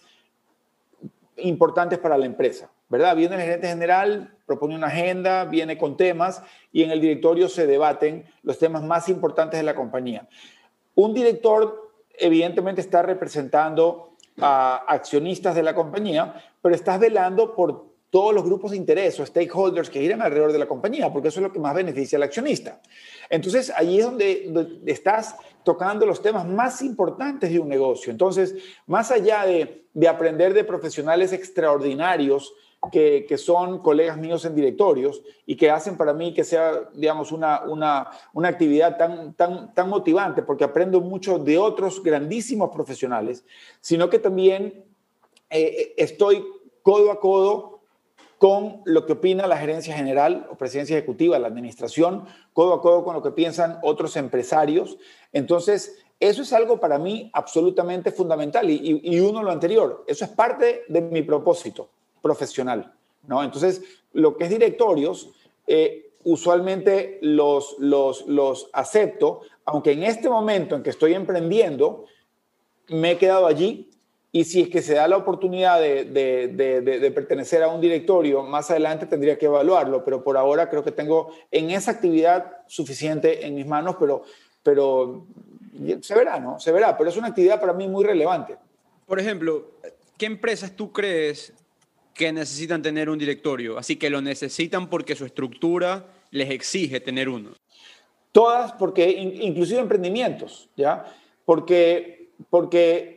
importantes para la empresa, ¿verdad? Viene el gerente general, propone una agenda, viene con temas y en el directorio se debaten los temas más importantes de la compañía. Un director evidentemente está representando a accionistas de la compañía, pero estás velando por todos los grupos de interés o stakeholders que giran alrededor de la compañía, porque eso es lo que más beneficia al accionista. Entonces, allí es donde, donde estás tocando los temas más importantes de un negocio. Entonces, más allá de, de aprender de profesionales extraordinarios que, que son colegas míos en directorios y que hacen para mí que sea, digamos, una, una, una actividad tan, tan, tan motivante, porque aprendo mucho de otros grandísimos profesionales, sino que también eh, estoy codo a codo con lo que opina la gerencia general o presidencia ejecutiva, la administración, codo a codo con lo que piensan otros empresarios. Entonces, eso es algo para mí absolutamente fundamental y, y, y uno lo anterior, eso es parte de mi propósito profesional, ¿no? Entonces, lo que es directorios, eh, usualmente los, los, los acepto, aunque en este momento en que estoy emprendiendo, me he quedado allí. Y si es que se da la oportunidad de, de, de, de, de pertenecer a un directorio, más adelante tendría que evaluarlo, pero por ahora creo que tengo en esa actividad suficiente en mis manos, pero, pero se verá, ¿no? Se verá, pero es una actividad para mí muy relevante. Por ejemplo, ¿qué empresas tú crees que necesitan tener un directorio? Así que lo necesitan porque su estructura les exige tener uno. Todas, porque inclusive emprendimientos, ¿ya? Porque... porque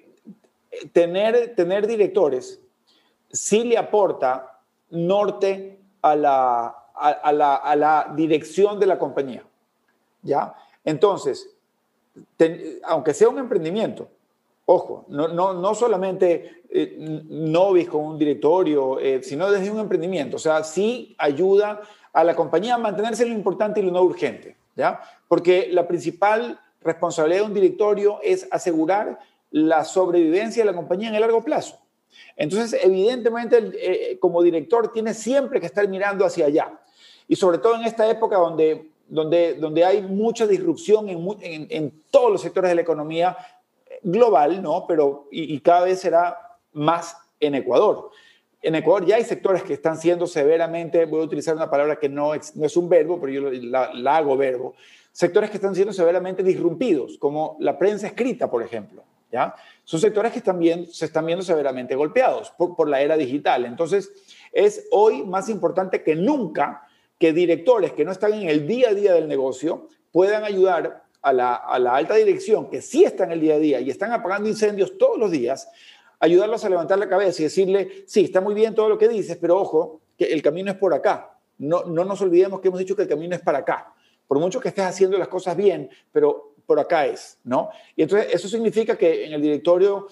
Tener, tener directores sí le aporta norte a la, a, a la, a la dirección de la compañía, ¿ya? Entonces, ten, aunque sea un emprendimiento, ojo, no, no, no solamente eh, Novis con un directorio, eh, sino desde un emprendimiento, o sea, sí ayuda a la compañía a mantenerse en lo importante y lo no urgente, ¿ya? Porque la principal responsabilidad de un directorio es asegurar la sobrevivencia de la compañía en el largo plazo. Entonces, evidentemente, eh, como director, tienes siempre que estar mirando hacia allá. Y sobre todo en esta época donde, donde, donde hay mucha disrupción en, en, en todos los sectores de la economía global, ¿no? Pero, y, y cada vez será más en Ecuador. En Ecuador ya hay sectores que están siendo severamente, voy a utilizar una palabra que no es, no es un verbo, pero yo la, la hago verbo, sectores que están siendo severamente disrumpidos, como la prensa escrita, por ejemplo. ¿Ya? Son sectores que también se están viendo severamente golpeados por, por la era digital. Entonces, es hoy más importante que nunca que directores que no están en el día a día del negocio puedan ayudar a a la, a la alta dirección, que sí está en el día a día y están apagando incendios todos los días, ayudarlos a levantar la cabeza y decirle, sí, está muy bien todo lo que dices, pero ojo, que el camino es por acá. No, no nos olvidemos que hemos dicho que el camino es para acá. Por mucho que estés haciendo las cosas bien, pero por acá es, ¿no? Y entonces eso significa que en el directorio,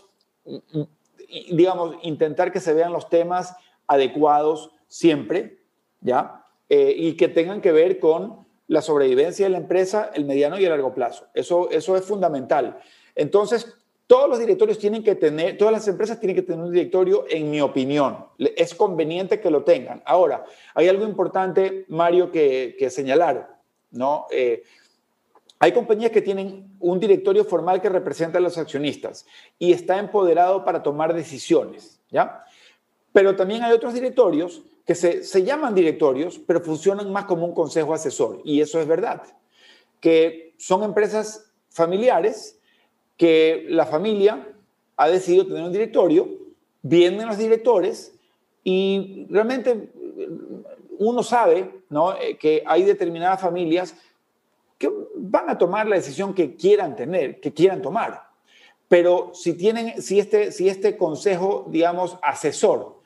digamos, intentar que se vean los temas adecuados siempre, ¿ya? Eh, y que tengan que ver con la sobrevivencia de la empresa, el mediano y el largo plazo. Eso, eso es fundamental. Entonces, todos los directorios tienen que tener, todas las empresas tienen que tener un directorio, en mi opinión. Es conveniente que lo tengan. Ahora, hay algo importante, Mario, que, que señalar, ¿no? Eh, hay compañías que tienen un directorio formal que representa a los accionistas y está empoderado para tomar decisiones, ¿ya? Pero también hay otros directorios que se, se llaman directorios, pero funcionan más como un consejo asesor. Y eso es verdad, que son empresas familiares que la familia ha decidido tener un directorio, vienen los directores y realmente uno sabe, ¿no?, que hay determinadas familias que van a tomar la decisión que quieran tener, que quieran tomar. Pero si tienen, si este, si este consejo, digamos, asesor,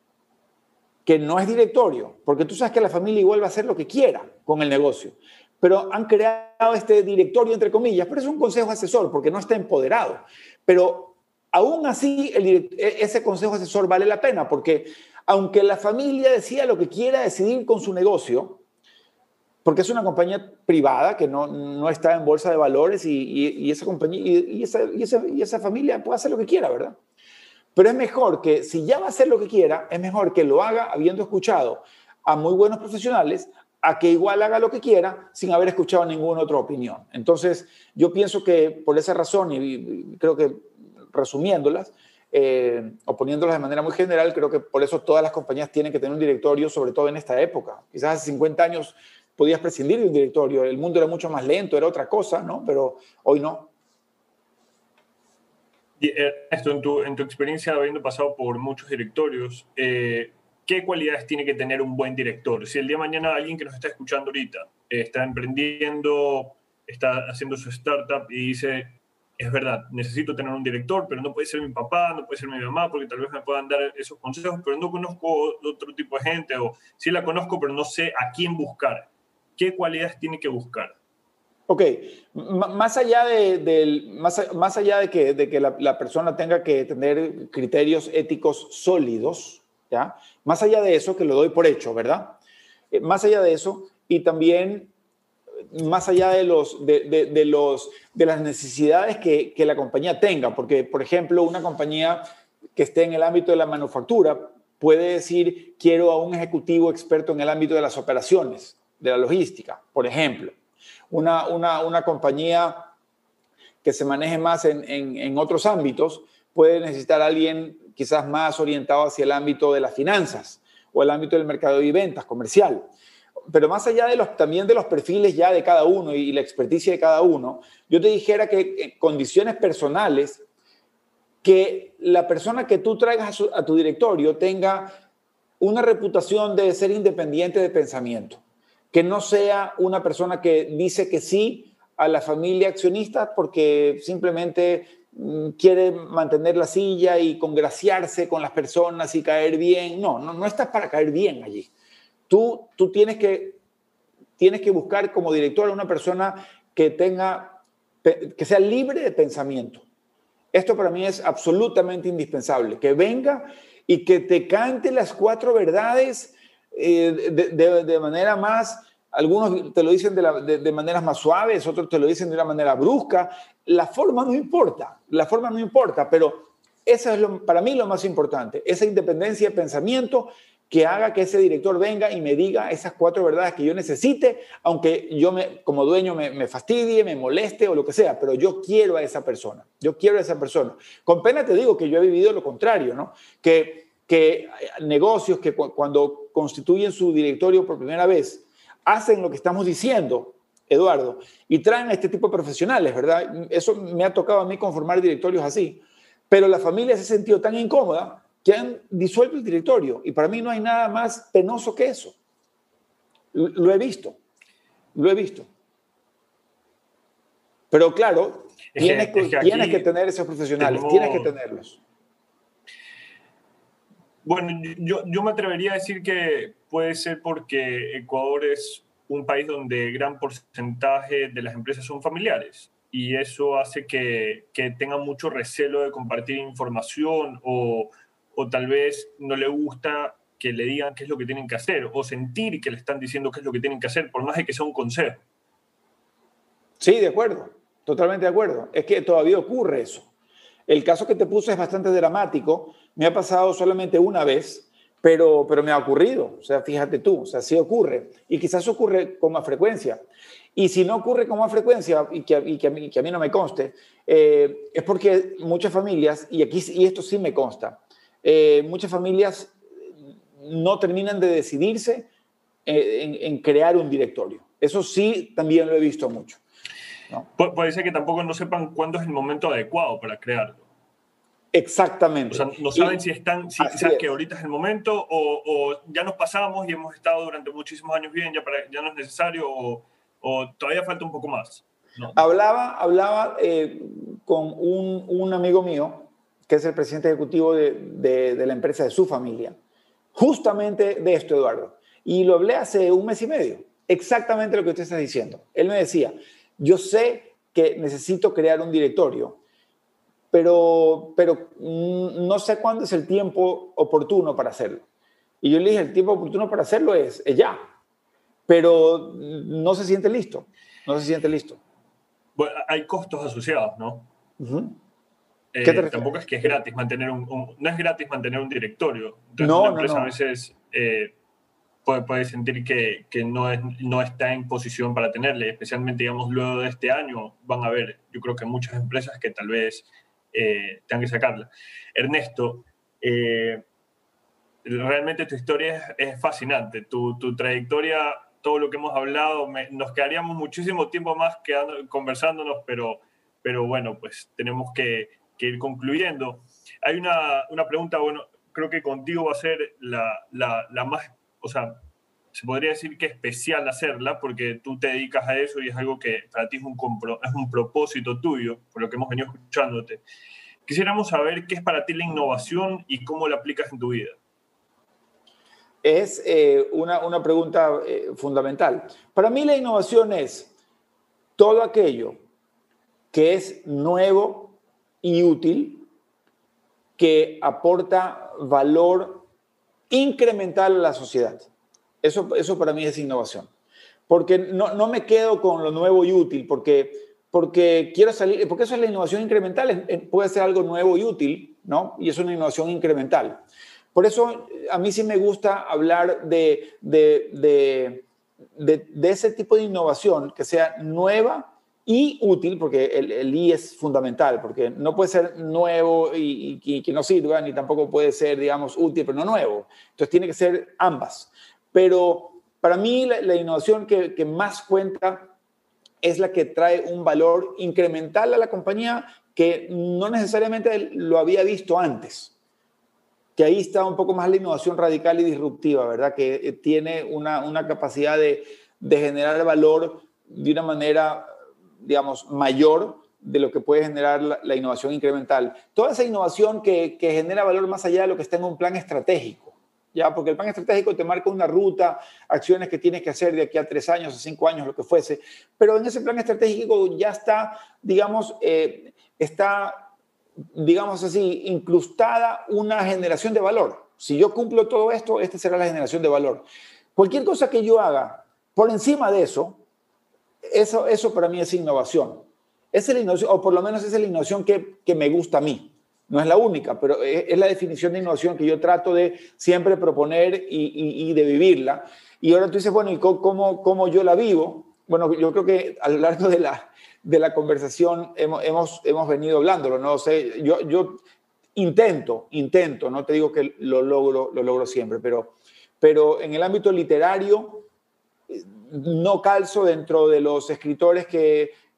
que no es directorio, porque tú sabes que la familia igual va a hacer lo que quiera con el negocio, pero han creado este directorio, entre comillas, pero es un consejo asesor porque no está empoderado. Pero aún así, el, ese consejo asesor vale la pena, porque aunque la familia decida lo que quiera decidir con su negocio, porque es una compañía privada que no, no está en bolsa de valores y, y, y esa compañía y, y, esa, y, esa, y esa familia puede hacer lo que quiera, ¿verdad? Pero es mejor que, si ya va a hacer lo que quiera, es mejor que lo haga habiendo escuchado a muy buenos profesionales, a que igual haga lo que quiera sin haber escuchado ninguna otra opinión. Entonces, yo pienso que por esa razón, y, y creo que resumiéndolas, eh, o poniéndolas de manera muy general, creo que por eso todas las compañías tienen que tener un directorio, sobre todo en esta época. Quizás hace cincuenta años podías prescindir de un directorio, el mundo era mucho más lento, era otra cosa, ¿no? Pero hoy no. Y Ernesto, en tu, en tu experiencia habiendo pasado por muchos directorios, eh, ¿qué cualidades tiene que tener un buen director? Si el día de mañana alguien que nos está escuchando ahorita eh, está emprendiendo, está haciendo su startup y dice, es verdad, necesito tener un director, pero no puede ser mi papá, no puede ser mi mamá, porque tal vez me puedan dar esos consejos, pero no conozco otro tipo de gente, o sí la conozco, pero no sé a quién buscar. ¿Qué cualidades tiene que buscar? Ok, más allá de, de, más, más allá de que, de que la, la persona tenga que tener criterios éticos sólidos, ¿ya? Más allá de eso, que lo doy por hecho, ¿verdad? Eh, más allá de eso, y también más allá de, los, de, de, de, los, de las necesidades que, que la compañía tenga, porque, por ejemplo, una compañía que esté en el ámbito de la manufactura puede decir, quiero a un ejecutivo experto en el ámbito de las operaciones, de la logística, por ejemplo. Una, una, una compañía que se maneje más en, en, en otros ámbitos puede necesitar a alguien quizás más orientado hacia el ámbito de las finanzas o el ámbito del mercado y ventas comercial. Pero más allá de los, también de los perfiles ya de cada uno y la experticia de cada uno, yo te dijera que en condiciones personales, que la persona que tú traigas a, su, a tu directorio tenga una reputación de ser independiente de pensamiento, que no sea una persona que dice que sí a la familia accionista porque simplemente mm, quiere mantener la silla y congraciarse con las personas y caer bien. No, no, no estás para caer bien allí. Tú, tú tienes, que, tienes que buscar como director a una persona que, tenga, que sea libre de pensamiento. Esto para mí es absolutamente indispensable, que venga y que te cante las cuatro verdades eh, de, de, de manera más, algunos te lo dicen de, la, de, de maneras más suaves, otros te lo dicen de una manera brusca. La forma no importa, la forma no importa, pero eso es lo, para mí lo más importante, esa independencia de pensamiento que haga que ese director venga y me diga esas cuatro verdades que yo necesite, aunque yo me, como dueño me, me fastidie, me moleste o lo que sea, pero yo quiero a esa persona, yo quiero a esa persona. Con pena te digo que yo he vivido lo contrario, ¿no? Que, que negocios que cu cuando constituyen su directorio por primera vez hacen lo que estamos diciendo, Eduardo, y traen a este tipo de profesionales, ¿verdad? Eso me ha tocado a mí conformar directorios así, pero la familia se ha sentido tan incómoda que han disuelto el directorio. Y para mí no hay nada más penoso que eso. Lo he visto. Lo he visto. Pero claro, tienes, es que, que tienes que tener esos profesionales, tienes que tenemos, tenerlos. Tienes que tenerlos. tenemos, Tienes que tenerlos. Bueno, yo, yo me atrevería a decir que puede ser porque Ecuador es un país donde gran porcentaje de las empresas son familiares y eso hace que, que tengan mucho recelo de compartir información o, o tal vez no le gusta que le digan qué es lo que tienen que hacer o sentir que le están diciendo qué es lo que tienen que hacer, por más de que sea un consejo. Sí, de acuerdo, totalmente de acuerdo. Es que todavía ocurre eso. El caso que te puse es bastante dramático. Me ha pasado solamente una vez, pero, pero me ha ocurrido. O sea, fíjate tú, o sea, sí ocurre. Y quizás ocurre con más frecuencia. Y si no ocurre con más frecuencia, y que, y que, a, mí, que a mí no me conste, eh, es porque muchas familias, y, aquí, y esto sí me consta, eh, muchas familias no terminan de decidirse en, en crear un directorio. Eso sí, también lo he visto mucho, ¿no? Pu puede ser que tampoco no sepan cuándo es el momento adecuado para crearlo. Exactamente. O sea, no saben y, si están, si quizás que ahorita es el momento o, o ya nos pasamos y hemos estado durante muchísimos años bien, ya, para, ya no es necesario o, o todavía falta un poco más. No. Hablaba, hablaba eh, con un, un amigo mío, que es el presidente ejecutivo de, de, de la empresa de su familia, justamente de esto, Eduardo. Y lo hablé hace un mes y medio, exactamente lo que usted está diciendo. Él me decía, yo sé que necesito crear un directorio, pero, pero no sé cuándo es el tiempo oportuno para hacerlo. Y yo le dije, el tiempo oportuno para hacerlo es, es ya, pero no se siente listo, no se siente listo. Bueno, hay costos asociados, ¿no? Uh-huh. Eh, ¿Qué te refieres? tampoco es que es gratis mantener un, un, no es gratis mantener un directorio. Entonces no, una empresa no, no. a veces eh, puede, puede sentir que, que no, es, no está en posición para tenerle, especialmente, digamos, luego de este año van a haber, yo creo que muchas empresas que tal vez eh, tengan que sacarla. Ernesto, eh, realmente tu historia es, es fascinante, tu, tu trayectoria, todo lo que hemos hablado, me, nos quedaríamos muchísimo tiempo más quedando, conversándonos, pero, pero bueno, pues tenemos que, que ir concluyendo. Hay una, una pregunta, bueno, creo que contigo va a ser la, la, la más, o sea, se podría decir que especial hacerla porque tú te dedicas a eso y es algo que para ti es un, compro, es un propósito tuyo, por lo que hemos venido escuchándote. Quisiéramos saber qué es para ti la innovación y cómo la aplicas en tu vida. Es eh, una, una pregunta eh, fundamental. Para mí la innovación es todo aquello que es nuevo y útil, que aporta valor incremental a la sociedad. Eso, eso para mí es innovación. Porque no, no me quedo con lo nuevo y útil, porque, porque quiero salir, porque eso es la innovación incremental, puede ser algo nuevo y útil, ¿no? Y es una innovación incremental. Por eso a mí sí me gusta hablar de, de, de, de, de ese tipo de innovación que sea nueva y útil, porque el, el I es fundamental, porque no puede ser nuevo y, y, y que no sirva, ni tampoco puede ser, digamos, útil, pero no nuevo. Entonces tiene que ser ambas. Pero para mí la, la innovación que, que más cuenta es la que trae un valor incremental a la compañía que no necesariamente lo había visto antes. Que ahí está un poco más la innovación radical y disruptiva, ¿verdad? Que tiene una, una capacidad de, de generar valor de una manera, digamos, mayor de lo que puede generar la, la innovación incremental. Toda esa innovación que, que genera valor más allá de lo que está en un plan estratégico, ¿ya? Porque el plan estratégico te marca una ruta, acciones que tienes que hacer de aquí a tres años, a cinco años, lo que fuese, pero en ese plan estratégico ya está, digamos, eh, está... digamos así, incrustada una generación de valor. Si yo cumplo todo esto, esta será la generación de valor. Cualquier cosa que yo haga por encima de eso, eso, eso para mí es innovación. Es la innovación, o por lo menos es la innovación que, que me gusta a mí. No es la única, pero es, es la definición de innovación que yo trato de siempre proponer y, y, y de vivirla. Y ahora tú dices, bueno, ¿y cómo, cómo yo la vivo? Bueno, yo creo que a lo largo de la, de la conversación hemos, hemos, hemos venido hablándolo, ¿no? O sea, yo, yo intento, intento, no te digo que lo logro, lo logro siempre, pero, pero en el ámbito literario no calzo dentro de los escritores que,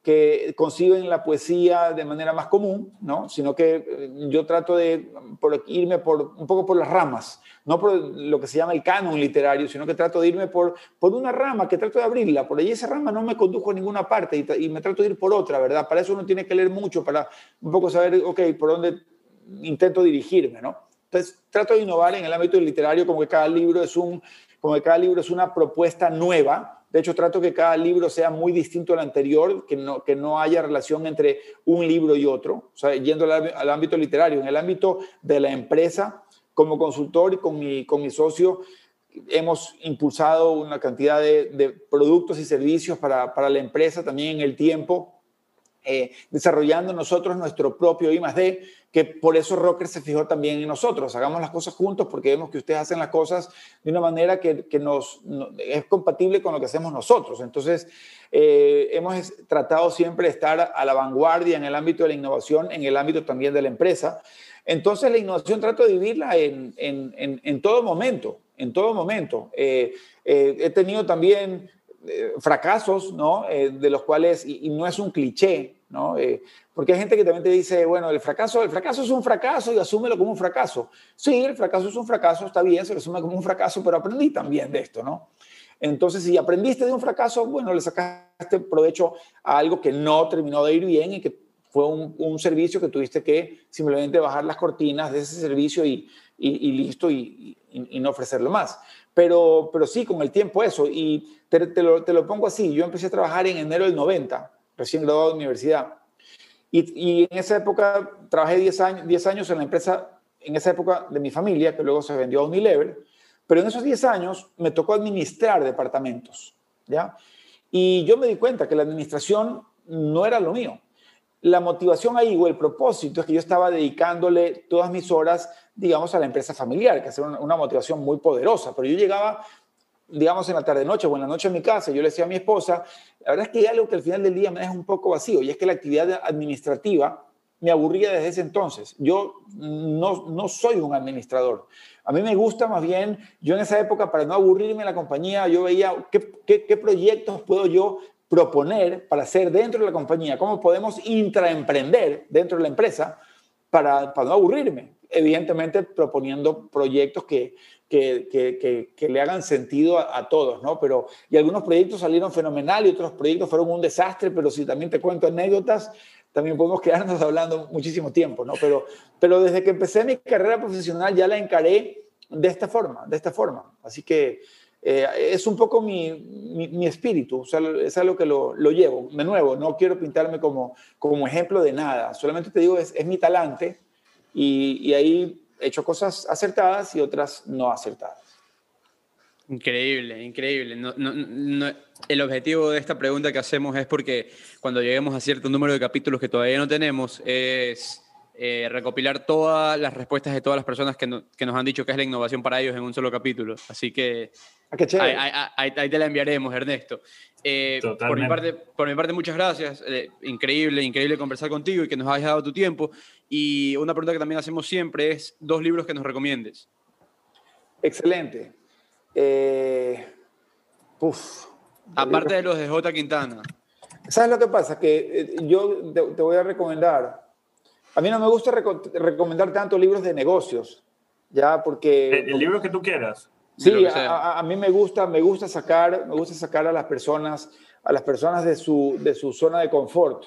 que conciben la poesía de manera más común, ¿no? Sino que yo trato de por irme por, un poco por las ramas, no por lo que se llama el canon literario, sino que trato de irme por, por una rama, que trato de abrirla. Por ahí esa rama no me condujo a ninguna parte y, y me trato de ir por otra, ¿verdad? Para eso uno tiene que leer mucho, para un poco saber, ok, por dónde intento dirigirme, ¿no? Entonces trato de innovar en el ámbito literario, como que cada libro es, un, como que cada libro es una propuesta nueva. De hecho, trato que cada libro sea muy distinto al anterior, que no, que no haya relación entre un libro y otro. O sea, yendo al, al ámbito literario, en el ámbito de la empresa, como consultor y con mi, con mi socio, hemos impulsado una cantidad de, de productos y servicios para, para la empresa, también en el tiempo, eh, desarrollando nosotros nuestro propio I más D, que por eso Rocker se fijó también en nosotros. Hagamos las cosas juntos porque vemos que ustedes hacen las cosas de una manera que, que nos, no, es compatible con lo que hacemos nosotros. Entonces, eh, hemos tratado siempre de estar a la vanguardia en el ámbito de la innovación, en el ámbito también de la empresa. Entonces, la innovación trato de vivirla en, en, en, en todo momento, en todo momento. Eh, eh, he tenido también eh, fracasos, ¿no? Eh, de los cuales, y, y no es un cliché, ¿no? Eh, porque hay gente que también te dice, bueno, el fracaso, el fracaso es un fracaso y asúmelo como un fracaso. Sí, el fracaso es un fracaso, está bien, se lo asume como un fracaso, pero aprendí también de esto, ¿no? Entonces, si aprendiste de un fracaso, bueno, le sacaste provecho a algo que no terminó de ir bien y que fue un, un servicio que tuviste que simplemente bajar las cortinas de ese servicio y, y, y listo, y, y, y no ofrecerlo más. Pero, pero sí, con el tiempo eso. Y te, te, lo, te lo pongo así. Yo empecé a trabajar en enero del noventa, recién graduado de universidad. Y, y en esa época trabajé diez años, diez años en la empresa, en esa época de mi familia, que luego se vendió a Unilever. Pero en esos diez años me tocó administrar departamentos, ¿ya? Y yo me di cuenta que la administración no era lo mío. La motivación ahí o el propósito es que yo estaba dedicándole todas mis horas, digamos, a la empresa familiar, que es una, una motivación muy poderosa. Pero yo llegaba, digamos, en la tarde-noche o en la noche en mi casa, yo le decía a mi esposa, la verdad es que hay algo que al final del día me deja un poco vacío, y es que la actividad administrativa me aburría desde ese entonces. Yo no, no soy un administrador. A mí me gusta más bien, yo en esa época, para no aburrirme en la compañía, yo veía qué, qué, qué proyectos puedo yo proponer para hacer dentro de la compañía, cómo podemos intraemprender dentro de la empresa para, para no aburrirme. Evidentemente proponiendo proyectos que, que, que, que, que le hagan sentido a, a todos, ¿no? Pero, y algunos proyectos salieron fenomenal y otros proyectos fueron un desastre, pero si también te cuento anécdotas, también podemos quedarnos hablando muchísimo tiempo, ¿no? Pero, pero desde que empecé mi carrera profesional ya la encaré de esta forma, de esta forma. Así que eh, es un poco mi, mi, mi espíritu, o sea, es algo que lo, lo llevo. De nuevo, no quiero pintarme como, como ejemplo de nada, solamente te digo, es, es mi talante y, y ahí he hecho cosas acertadas y otras no acertadas. Increíble, increíble. No, no, no, el objetivo de esta pregunta que hacemos es porque cuando lleguemos a cierto número de capítulos que todavía no tenemos, es eh, recopilar todas las respuestas de todas las personas que, no, que nos han dicho que es la innovación para ellos en un solo capítulo. Así que ah, qué chévere. ahí, ahí, ahí te la enviaremos, Ernesto. Eh, por, mi parte, por mi parte, muchas gracias. Eh, increíble, increíble conversar contigo y que nos hayas dado tu tiempo. Y una pregunta que también hacemos siempre es dos libros que nos recomiendes. Excelente. Eh, uf, Aparte de los de J. Quintana. ¿Sabes lo que pasa? Que eh, yo te, te voy a recomendar. A mí no me gusta reco recomendar tanto libros de negocios, ya, porque el, el libro que tú quieras. Sí, a, a mí me gusta, me gusta sacar, me gusta sacar a las personas, a las personas de su, de su zona de confort.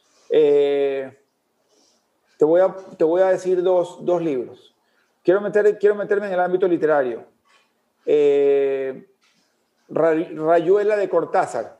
Eh, te voy a, te voy a decir dos, dos libros. Quiero meter, quiero meterme en el ámbito literario. Eh, Rayuela de Cortázar.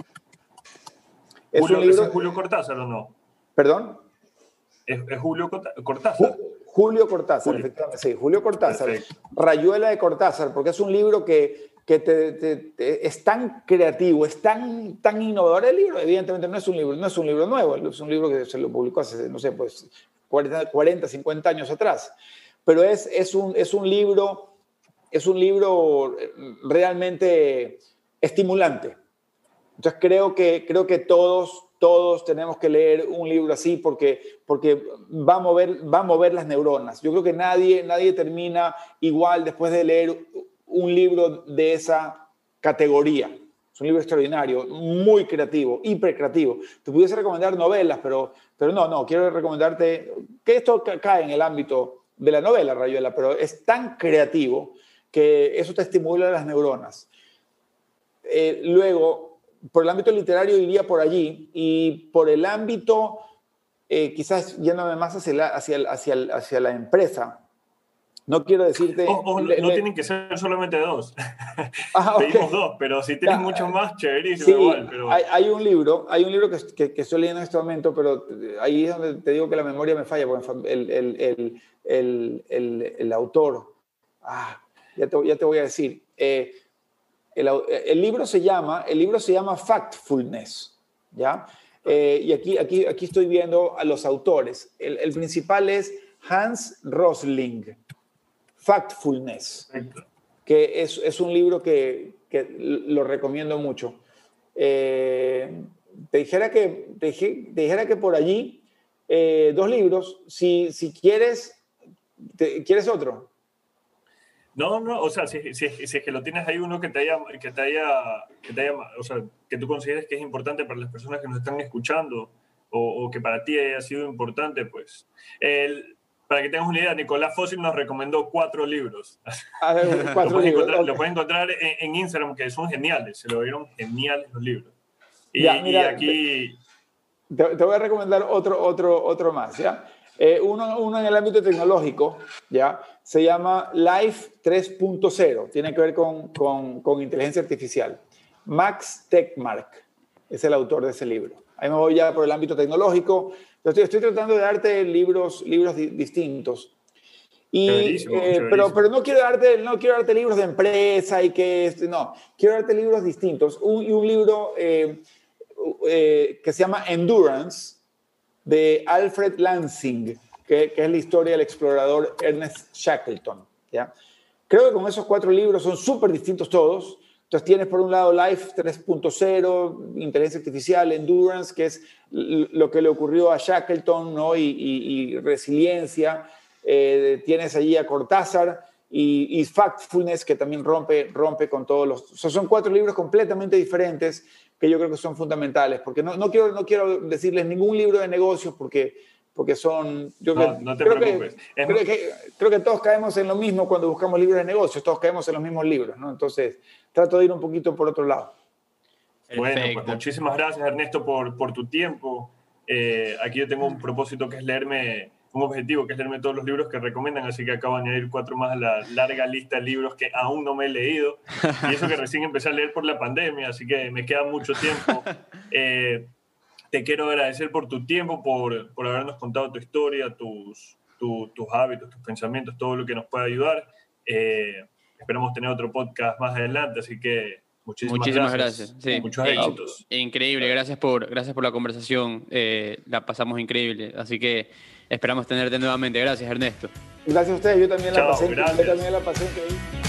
Es Julio, un libro, ¿es Julio Cortázar o no? ¿Perdón? ¿Es, es Julio Cortázar? Julio Cortázar, Julio. efectivamente, sí, Julio Cortázar. Perfecto. Rayuela de Cortázar, porque es un libro que, que te, te, te, es tan creativo, es tan, tan innovador. El libro, evidentemente, no es un libro, no es un libro nuevo, es un libro que se lo publicó hace, no sé, pues cuarenta, cincuenta años atrás. Pero es, es, un, es un libro... es un libro realmente estimulante. Entonces creo que, creo que todos, todos tenemos que leer un libro así porque, porque va, a mover, va a mover las neuronas. Yo creo que nadie, nadie termina igual después de leer un libro de esa categoría. Es Es un libro extraordinario, muy creativo, hiper creativo. Te pudiese recomendar novelas, pero, pero no, no, quiero recomendarte que esto cae en el ámbito de la novela, Rayuela, pero es tan creativo que eso te estimula las neuronas. Eh, luego, por el ámbito literario iría por allí, y por el ámbito, eh, quizás yéndome más hacia la, hacia, hacia, hacia la empresa. No quiero decirte... O, o le, no le, tienen que ser solamente dos. Ah, okay. Pedimos dos, pero si tienes ya, muchos más, chéverísimo sí, igual. Pero... Hay, hay un libro, hay un libro que, que, que estoy leyendo en este momento, pero ahí es donde te digo que la memoria me falla, porque el, el, el, el, el, el autor... Ah, ya te, ya te voy a decir. Eh, el, el, libro se llama, el libro se llama Factfulness, ¿ya? Eh, y aquí, aquí, aquí estoy viendo a los autores. El, el principal es Hans Rosling. Factfulness, que es, es un libro que, que lo recomiendo mucho. Eh, te, dijera que, te, te dijera que por allí, eh, dos libros, si, si quieres, te, ¿quieres otro? No, no, o sea, si, si, si es que lo tienes ahí uno que te haya, que te haya, que te haya, o sea, que tú consideres que es importante para las personas que nos están escuchando, o, o que para ti haya sido importante, pues... El, Para que tengas una idea, Nicolás Fósil nos recomendó cuatro libros. A ver, cuatro lo, puedes libros encontrar, okay. lo puedes encontrar en, en Instagram, que son geniales. Se lo vieron geniales los libros. Y, ya, mira, y aquí... Te, te voy a recomendar otro, otro, otro más, ¿ya? Eh, uno, uno en el ámbito tecnológico, ¿ya? Se llama Life tres punto cero. Tiene que ver con, con, con inteligencia artificial. Max Tegmark es el autor de ese libro. Ahí me voy ya por el ámbito tecnológico. Estoy, estoy tratando de darte libros, libros di, distintos. Y, chéverísimo, eh, chéverísimo. Pero, pero no, quiero darte, no quiero darte libros de empresa y que... No, quiero darte libros distintos. Un, y un libro eh, eh, que se llama Endurance, de Alfred Lansing, que, que es la historia del explorador Ernest Shackleton, ¿ya? Creo que con esos cuatro libros son súper distintos todos. Entonces tienes por un lado Life tres punto cero, inteligencia artificial, Endurance, que es lo que le ocurrió a Shackleton, ¿no? y, y, y resiliencia. Eh, tienes allí a Cortázar y, y Factfulness, que también rompe, rompe con todos los... O sea, son cuatro libros completamente diferentes que yo creo que son fundamentales, porque no, no, quiero, no quiero decirles ningún libro de negocios porque, porque son... Yo no, que, no te creo preocupes. Que, creo, que, creo que todos caemos en lo mismo cuando buscamos libros de negocios, todos caemos en los mismos libros, ¿no? Entonces, trato de ir un poquito por otro lado. Bueno, Perfecto. pues muchísimas gracias, Ernesto, por, por tu tiempo. Eh, aquí yo tengo un propósito que es leerme, un objetivo que es leerme todos los libros que recomiendan, así que acabo de añadir cuatro más a la larga lista de libros que aún no me he leído. Y eso que recién empecé a leer por la pandemia, así que me queda mucho tiempo. Eh, te quiero agradecer por tu tiempo, por, por habernos contado tu historia, tus, tu, tus hábitos, tus pensamientos, todo lo que nos pueda ayudar. Eh, esperamos tener otro podcast más adelante, así que muchísimas, Muchísimas gracias. gracias. Sí. Muchos Eh, éxitos. Increíble, gracias por, gracias por la conversación. Eh, la pasamos increíble, así que esperamos tenerte nuevamente. Gracias, Ernesto. Gracias a ustedes, yo también Chao, la pasé, gracias. yo también la pasé increíble.